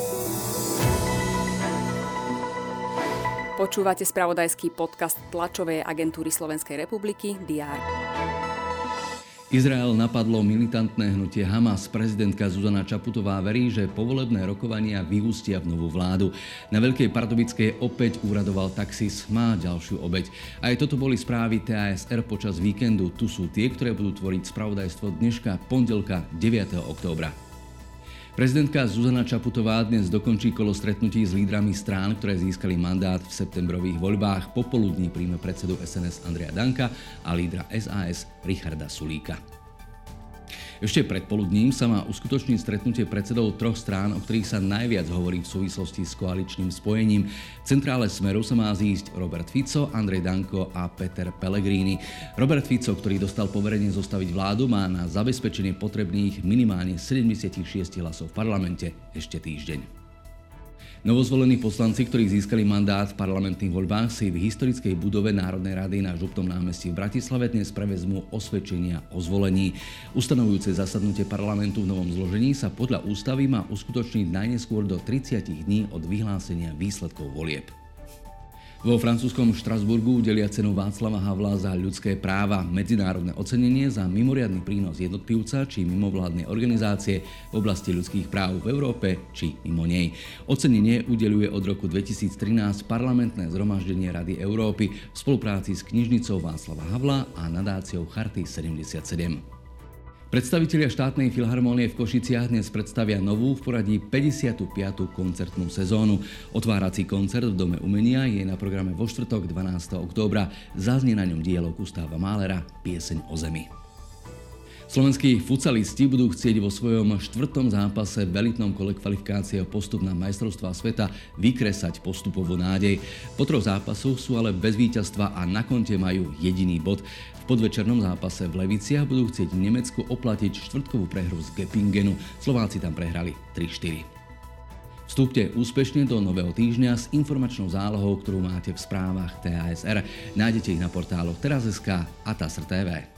Počúvate spravodajský podcast tlačovej agentúry Slovenskej republiky DR. Izrael napadlo militantné hnutie Hamas. Prezidentka Zuzana Čaputová verí, že povolebné rokovania vyústia v novú vládu. Na Veľkej Pardubickej opäť úradoval taxis, má ďalšiu obeť. Aj toto boli správy TASR počas víkendu. Tu sú tie, ktoré budú tvoriť spravodajstvo dneška, pondelka 9. októbra. Prezidentka Zuzana Čaputová dnes dokončí kolo stretnutí s lídrami strán, ktoré získali mandát v septembrových voľbách. Popoludní príjme predsedu SNS Andreja Danka a lídra SAS Richarda Sulíka. Ešte predpoludním sa má uskutočniť stretnutie predsedov troch strán, o ktorých sa najviac hovorí v súvislosti s koaličným spojením. V centrále Smeru sa má zísť Robert Fico, Andrej Danko a Peter Pellegrini. Robert Fico, ktorý dostal poverenie zostaviť vládu, má na zabezpečenie potrebných minimálne 76 hlasov v parlamente ešte týždeň. Novozvolení poslanci, ktorí získali mandát v parlamentných voľbách, si v historickej budove Národnej rady na Župnom námestí v Bratislave dnes prevezmú osvedčenia o zvolení. Ustanovujúce zasadnutie parlamentu v novom zložení sa podľa ústavy má uskutočniť najneskôr do 30 dní od vyhlásenia výsledkov volieb. Vo francúzskom Štrasburgu udelia cenu Václava Havla za ľudské práva, medzinárodné ocenenie za mimoriadny prínos jednotlivca či mimovládnej organizácie v oblasti ľudských práv v Európe či mimo nej. Ocenenie udeľuje od roku 2013 parlamentné zhromaždenie Rady Európy v spolupráci s knižnicou Václava Havla a nadáciou Charty 77. Predstavitelia štátnej filharmónie v Košiciach dnes predstavia novú v poradí 55. koncertnú sezónu. Otvárací koncert v Dome umenia je na programe vo štvrtok 12. októbra. Zaznie na ňom dielo Gustáva Mahlera Pieseň o zemi. Slovenskí futsalisti budú chcieť vo svojom štvrtom zápase v elitnom kole kvalifikácie o postup na majstrovstvá sveta vykresať postupovú nádej. Po troch zápasoch sú ale bez víťazstva a na konte majú jediný bod. V podvečernom zápase v Leviciach budú chcieť v Nemecku oplatiť štvrtkovú prehru z Göppingenu. Slováci tam prehrali 3-4. Vstúpte úspešne do nového týždňa s informačnou zálohou, ktorú máte v správach TASR. Nájdete ich na portáloch teraz.sk a TASR TV.